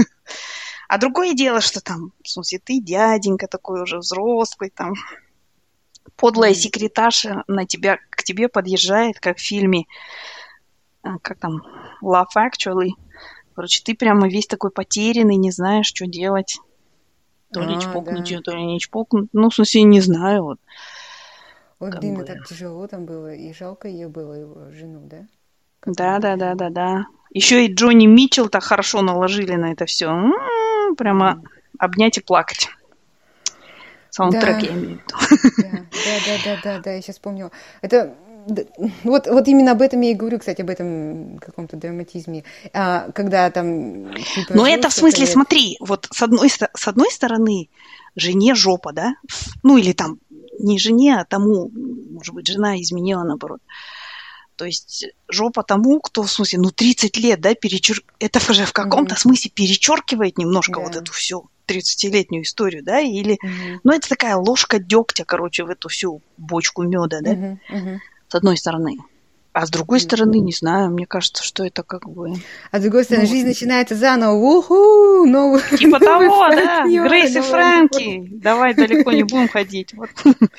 А другое дело, что там, в смысле, ты дяденька такой уже взрослый, там, подлая Мгм. секретарша на тебя, к тебе подъезжает, как в фильме, а, как там, Love Actually. Короче, ты прямо весь такой потерянный, не знаешь, что делать. То ли А, чпокнуть да. ее, то ли не чпокнуть. Ну, в смысле, не знаю, вот, Ой, как блин, и бы. так тяжело там было, и жалко ее было, его жену, да? Как она пережила. Да-да-да-да-да. Еще и Джонни Митчелл так хорошо наложили на это все. Прямо Мгм. обнять и плакать. Саундтрек, Да, я имею в виду. да, да, да, да, да, да, я сейчас помню. Это д- вот, вот именно об этом я и говорю, кстати, об этом каком-то драматизме. А, когда там ты Но прожил это в столько смысле, лет. смотри, вот с одной, ст- с одной стороны, жене жопа, да? Ну, или там не жене, а тому, может быть, жена изменила наоборот. То есть жопа тому, кто, в смысле, ну, тридцать лет, да, перечер... это же в каком-то Мгм. смысле перечеркивает немножко вот Да. эту всю тридцатилетнюю историю, да, или, Мгм. ну, это такая ложка дегтя, короче, в эту всю бочку меда, да, Мгм. Мгм. с одной стороны. А с другой стороны, не знаю, мне кажется, что это как бы... А с другой стороны, ну, жизнь начинается заново. Уху, новый, типа новый того, партнер, да? Грейс и Фрэнки. Новый. Давай далеко не будем ходить. Вот.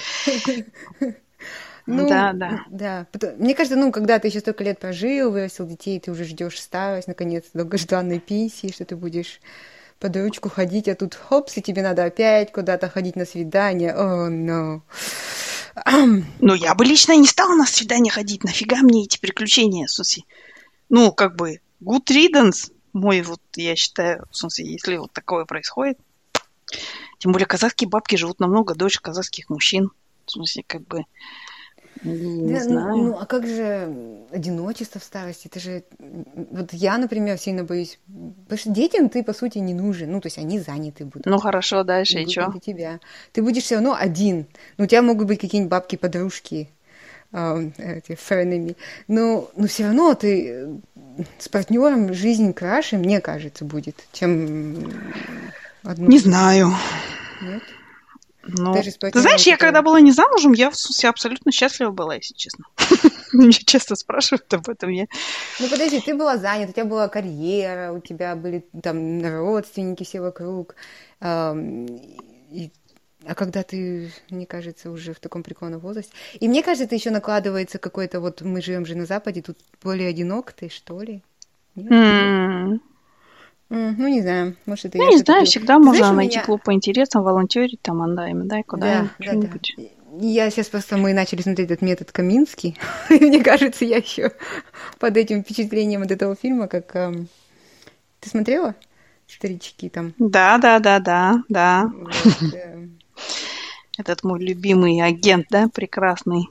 Ну, да, да. да. Мне кажется, ну, когда ты еще столько лет прожил, вырастил детей, ты уже ждешь старость, наконец, долгожданной пенсии, что ты будешь под ручку ходить, а тут хопс, и тебе надо опять куда-то ходить на свидание. О, oh, no. Ну, я бы лично не стала на свидание ходить. Нафига мне эти приключения, в смысле? Ну, как бы, good riddance, мой вот, я считаю, в смысле, если вот такое происходит. Тем более казахские бабки живут намного дольше казахских мужчин. В смысле, как бы, не да, знаю. Ну, ну, а как же одиночество в старости? Это же... Вот я, например, сильно боюсь... Потому что детям ты, по сути, не нужен. Ну, то есть они заняты будут. Ну, хорошо, дальше, и что? Для тебя. Ты будешь все равно один. Ну, у тебя могут быть какие-нибудь бабки-подружки, э, эти френами. Но, но все равно ты с партнером жизнь краше, мне кажется, будет, чем одну. Не знаю. Нет? Ну, ты знаешь, я когда была не замужем, я в смысле абсолютно счастлива была, если честно. Меня часто спрашивают об этом. Я... Ну, подожди, ты была занята, у тебя была карьера, у тебя были там родственники все вокруг. И... А когда ты, мне кажется, уже в таком прикольном возрасте. И мне кажется, это еще накладывается какой-то... Вот мы живем же на Западе, тут более одинок ты, что ли? Нет? Mm. Mm, ну, не знаю. Может, это я, я не знаю, всегда ты можно знаешь, найти меня... клуб по интересам, волонтерить там, анда, да, и куда-нибудь, да, что-нибудь. Да, да. Я сейчас просто, мы начали смотреть этот метод Каминский, и мне кажется, я еще под этим впечатлением от этого фильма, как... Эм... Ты смотрела? Старички там. Да, да, да, да, да. Вот, э... Этот мой любимый агент, да, прекрасный.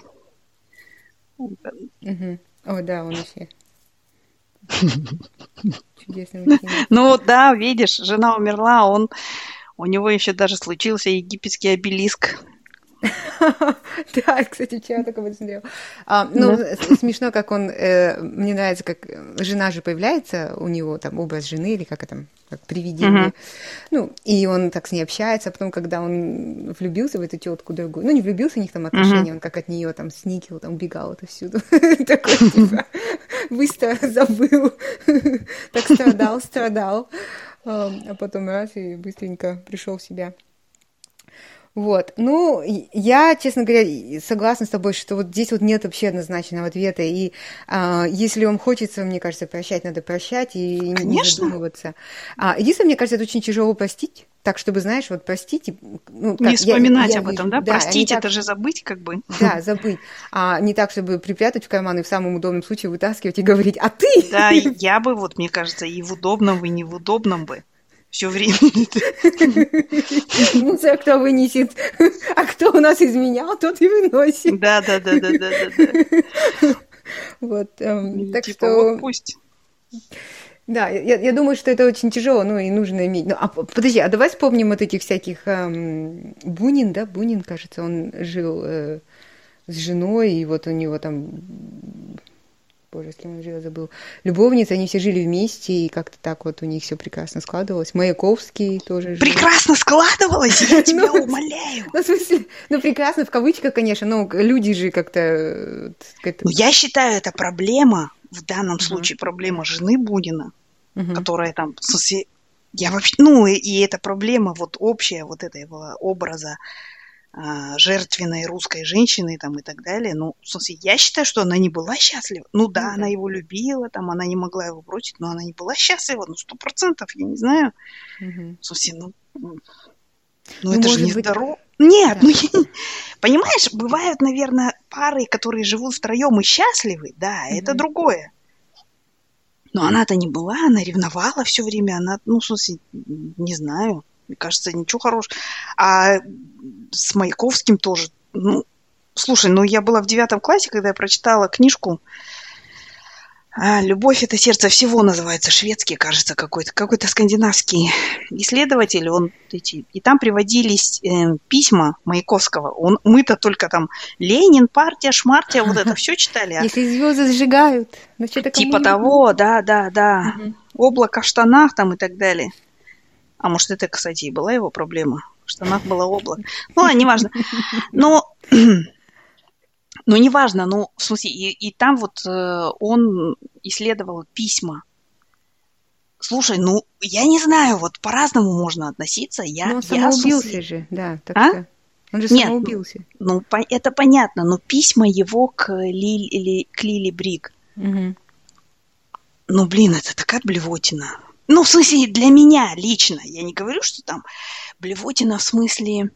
Угу. О, да, он вообще... Чудесный мужчина. Ну да, видишь, жена умерла, он, у него еще даже случился египетский обелиск. Да, кстати, вчера только вот смотрела. А, ну, да. Смешно, как он... Э, мне нравится, как жена же появляется, у него там образ жены, или как это, как привидение. Uh-huh. Ну, и он так с ней общается, а потом, когда он влюбился в эту тетку другую, ну, не влюбился, у них там отношения, uh-huh. он как от нее там сникил, там убегал отовсюду. Такой, типа, быстро забыл. Так страдал, страдал. А потом раз и быстренько пришел в себя. Вот, ну, я, честно говоря, согласна с тобой, что вот здесь вот нет вообще однозначного ответа, и а, если вам хочется, мне кажется, прощать, надо прощать и Конечно. не задумываться. А, единственное, мне кажется, это очень тяжело простить, так, чтобы, знаешь, вот простить... Ну, не как, вспоминать я, я об этом, вижу, да? Простить, так, это же забыть, как бы. Да, забыть. А не так, чтобы припрятать в карман и в самом удобном случае вытаскивать и говорить, а ты... Да, я бы, вот, мне кажется, и в удобном, и не в удобном бы. Все время. Мусор кто вынесет, а кто у нас изменял, тот и выносит. Да, да, да, да, да, да. Вот, эм, так типа, что. Вот пусть. Да, я, я думаю, что это очень тяжело, ну и нужно иметь. Ну, а подожди, а давай вспомним вот этих всяких эм, Бунин, да, Бунин, кажется, он жил э, с женой, и вот у него там. Боже, с кем он жил, забыл. Любовницы, они все жили вместе, и как-то так вот у них все прекрасно складывалось. Маяковский тоже жил. Прекрасно складывалось, я тебя умоляю. Ну, в смысле, ну, прекрасно, в кавычках, конечно, но люди же как-то... Ну, я считаю, это проблема, в данном случае проблема жены Бунина, которая там, в смысле, я вообще... Ну, и эта проблема вот общая вот этого образа жертвенной русской женщины там и так далее. Ну, в смысле, я считаю, что она не была счастлива. Ну да, mm-hmm. она его любила, там, она не могла его бросить, но она не была счастлива, ну, сто процентов, я не знаю. Mm-hmm. В смысле, ну, ну, ну это же не быть... здорово. Нет, да. ну, я... понимаешь, бывают, наверное, пары, которые живут втроем и счастливы, да, mm-hmm. это другое. Но она-то не была, она ревновала все время, она, ну, в смысле, не знаю. Мне кажется, ничего хорошего. А с Маяковским тоже. Ну, слушай, ну я была в девятом классе, когда я прочитала книжку «Любовь – это сердце всего» называется, шведский, кажется, какой-то, какой-то скандинавский исследователь. Он, эти, и там приводились э, письма Маяковского. Он, мы-то только там Ленин, партия, шмартия, вот это все читали. А... Если звезды сжигают. Типа того, да, да, да. Угу. Облако в штанах там и так далее. А может, это, кстати, и была его проблема. В штанах было облако. Ну, ладно, неважно. Но Ну, неважно, ну, в смысле, и, и там вот э, он исследовал письма. Слушай, ну, я не знаю, вот по-разному можно относиться. Я, Но он я в самоубился смысле... же, да, так А? что... Он же Нет, ну, самоубился. ну, по- это понятно, но письма его к, Лили, или, к Лили Брик, Угу. ну, блин, это такая блевотина. Ну, в смысле, для меня лично. Я не говорю, что там блевотина в смысле...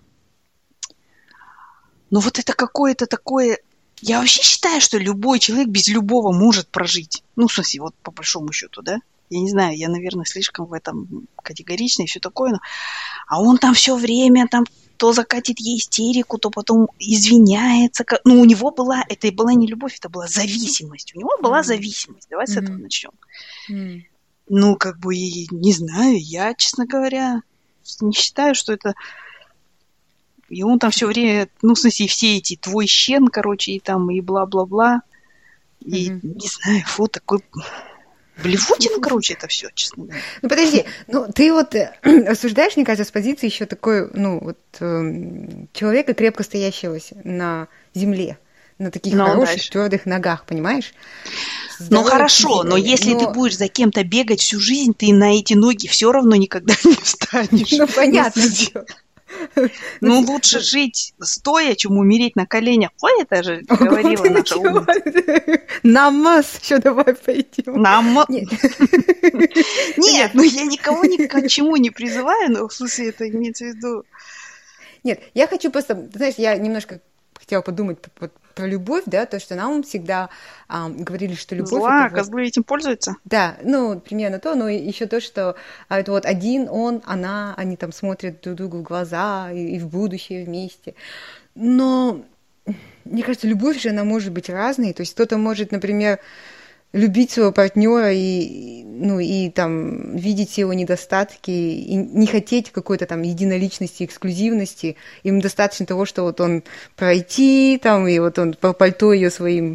Ну, вот это какое-то такое... Я вообще считаю, что любой человек без любого может прожить. Ну, в смысле, вот по большому счету, да? Я не знаю, я, наверное, слишком в этом категорична и все такое. Но... А он там все время там то закатит ей истерику, то потом извиняется. Ну, у него была... Это и была не любовь, это была зависимость. У него была зависимость. Давай с этого начнем. Mm. Ну, как бы, не знаю, я, честно говоря, не считаю, что это... И он там все время, ну, в смысле, все эти твой щен, короче, и там, и бла-бла-бла. И, mm-hmm. не знаю, фу, такой... Блевотина, короче, это все, честно говоря. Ну, подожди, ну, ты вот осуждаешь, мне кажется, с позиции еще такой, ну, вот, э, человека, крепко стоящего на земле, на таких ну, хороших, дальше. Твердых ногах, понимаешь? Ну, хорошо, но если но... ты будешь за кем-то бегать всю жизнь, ты на эти ноги все равно никогда не встанешь. Ну, понятно, все. Ну, лучше жить стоя, чем умереть на коленях. Ой, это же говорила наша умница. Намаз еще давай пойдем. Намаз. Нет, ну я никого ни к чему не призываю, но в смысле это имеется в виду... Нет, я хочу просто... Знаешь, я немножко хотела подумать про любовь, да, то, что нам всегда а, говорили, что любовь... Зла, это козлы вот... этим пользуются. Да, ну, примерно то, но еще то, что а, это вот один, он, она, они там смотрят друг другу в глаза и, и в будущее вместе. Но, мне кажется, любовь же, она может быть разной. То есть кто-то может, например, любить своего партнера и, ну, и там видеть его недостатки и не хотеть какой-то там единоличности, эксклюзивности. Им достаточно того, что вот он пройти, там, и вот он по пальто ее своим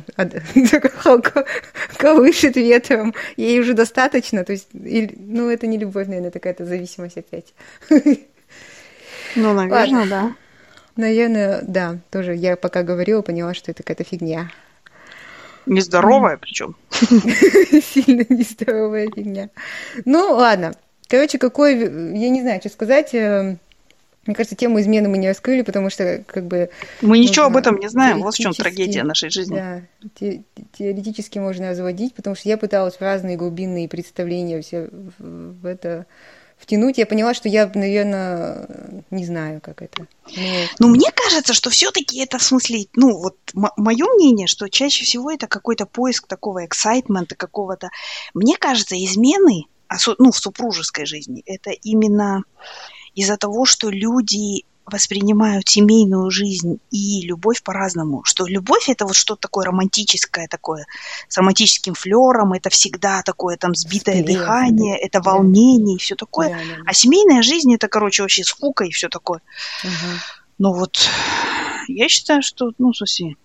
колышет ветром, ей уже достаточно. То есть, ну, это не любовь, наверное, это какая-то зависимость опять. Ну, наверное, Ладно. да. Наверное, да, тоже я пока говорила, поняла, что это какая-то фигня. Нездоровая, mm. причем. Сильно нездоровая фигня. Ну, ладно. Короче, какой... Я не знаю, что сказать. Мне кажется, тему измены мы не раскрыли, потому что как бы... Мы ничего об этом не знаем. Вот в чем трагедия нашей жизни. Да, те, теоретически можно разводить, потому что я пыталась в разные глубинные представления все в это... втянуть, я поняла, что я, наверное, не знаю, как это. Но... Ну, мне кажется, что все-таки это в смысле, ну, вот м- мое мнение, что чаще всего это какой-то поиск такого эксайтмента, какого-то... Мне кажется, измены, ну, в супружеской жизни, это именно из-за того, что люди воспринимают семейную жизнь и любовь по-разному. Что любовь – это вот что-то такое романтическое, такое, с романтическим флером, это всегда такое там сбитое Сплеск, дыхание, да. это волнение да. и все такое. Да, да, да. А семейная жизнь – это, короче, вообще скука и все такое. Угу. Но вот я считаю, что, ну, слушай,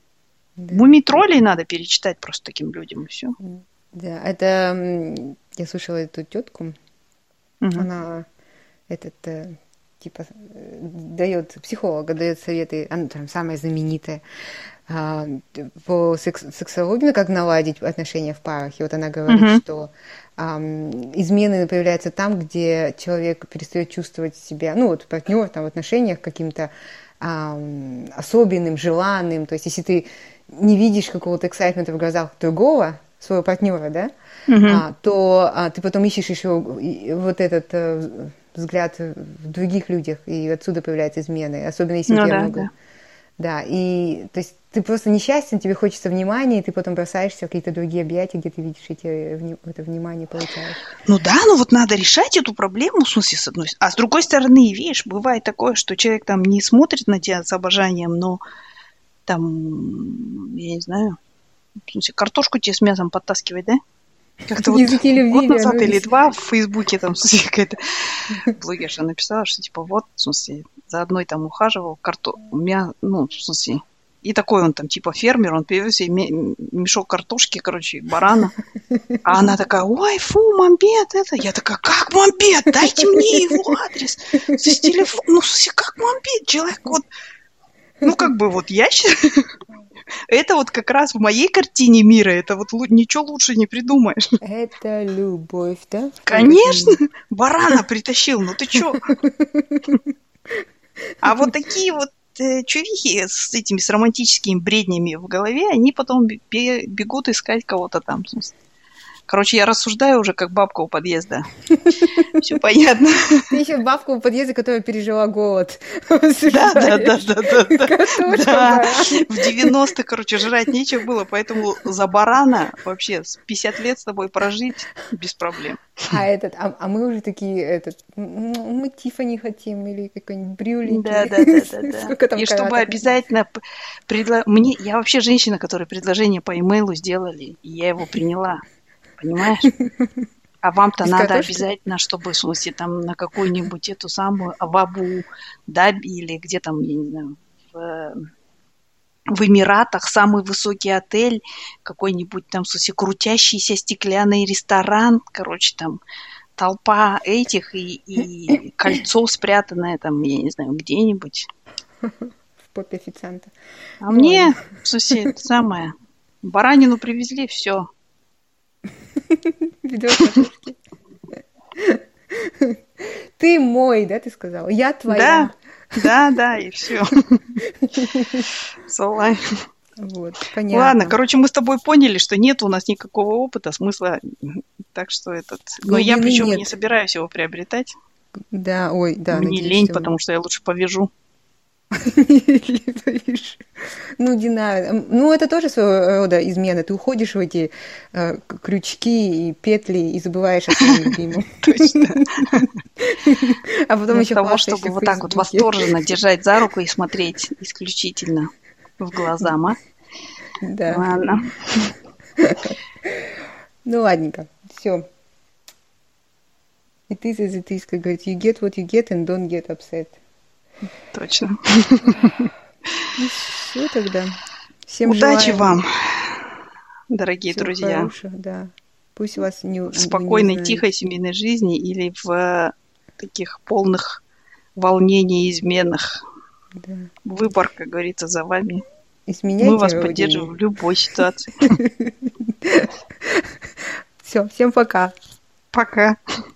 да. Мумий-троллей надо перечитать просто таким людям, и все. Да, это я слушала эту тетку, угу. она этот... типа дает, психолога дает советы, она там самая знаменитая, а, по секс, сексологии, ну, как наладить отношения в парах. И вот она говорит, uh-huh. что а, измены появляются там, где человек перестает чувствовать себя, ну, вот партнер там в отношениях каким-то а, особенным, желанным. То есть, если ты не видишь какого-то эксайтмента в глазах другого, своего партнера, да, uh-huh. а, то а, ты потом ищешь еще вот этот... взгляд в других людях, и отсюда появляются измены, особенно если ну, у тебя да, много... Да. да, и то есть ты просто несчастен, тебе хочется внимания, и ты потом бросаешься в какие-то другие объятия, где ты видишь эти, это внимание, получаешь. Ну да, ну вот надо решать эту проблему, в смысле, с одной стороны. А с другой стороны, видишь, бывает такое, что человек там не смотрит на тебя с обожанием, но там, я не знаю, в смысле, картошку тебе с мясом подтаскивать, да? Как-то вот любви, год назад или два в Фейсбуке там какая-то блогерша написала, что типа вот, в смысле, за одной там ухаживал, карто... Мя... ну, в смысле, и такой он там типа фермер, он привез ей мешок картошки, короче, барана, а она такая, ой, фу, мамбет, это, я такая, как мамбет, дайте мне его адрес, с телефона, ну, в смысле, как мамбет, человек вот, ну, как бы вот я считаю, это вот как раз в моей картине мира, это вот лу- ничего лучше не придумаешь. Это любовь, да? Конечно, барана притащил, ну ты чё? А вот такие вот э, чувихи с этими с романтическими бреднями в голове, они потом бе- бегут искать кого-то там. Короче, я рассуждаю уже как бабка у подъезда. Все понятно. Ты еще бабка у подъезда, которая пережила голод. Да, да, да, да, да, да. Картошка, Да. баран. В девяностых, короче, жрать нечего было, поэтому за барана вообще с пятьдесят лет с тобой прожить без проблем. А этот, а, а мы уже такие, этот, м, мы Тиффани хотим или какой-нибудь брюлики. Да, да, да, да, да. Сколько там И чтобы караток? обязательно п- предло... мне, я вообще женщина, которая предложение по имейлу сделали, и я его приняла, понимаешь? А вам-то Без надо картошки? обязательно, чтобы, в смысле, там на какую-нибудь эту самую Авабу Даби или где там, я не знаю, в, в Эмиратах самый высокий отель, какой-нибудь там, в смысле, крутящийся стеклянный ресторан, короче, там толпа этих и, и кольцо спрятанное там, я не знаю, где-нибудь. В попе официанта. А Ну мне, ладно. в смысле, это самое, баранину привезли, все. Ведро картошки. Ты мой, да, ты сказала? Я Да, твоя. да, да, и все. Солай. Вот, Ладно, понятно. короче, мы с тобой поняли, что нет у нас никакого опыта, смысла. Так что этот... Но я Глубины причем не нет. собираюсь его приобретать. Да, ой, да, Мне надеюсь, лень, что... потому что я лучше повяжу. Ну, не знаю. Ну, это тоже своего рода измена. Ты уходишь в эти э, к- крючки и петли и забываешь о своем любимом. Точно. А потом Вместо еще того, плашешься чтобы в вот так вот Фейсбуке. восторженно держать за руку и смотреть исключительно в глаза, ма. Да. Ладно. Ну, ладненько. Все. It is as it is, как говорится. You get what you get and don't get upset. Точно. Ну, все тогда. Всем Удачи желаем вам, дорогие всего друзья, хорошего, да. Пусть вас не, в вы не спокойной, узнаете. тихой семейной жизни или в таких полных волнений, изменах. Да. Выбор, как говорится, за вами. Мы Изменяйте вас родине. поддерживаем в любой ситуации. Все, всем пока. Пока.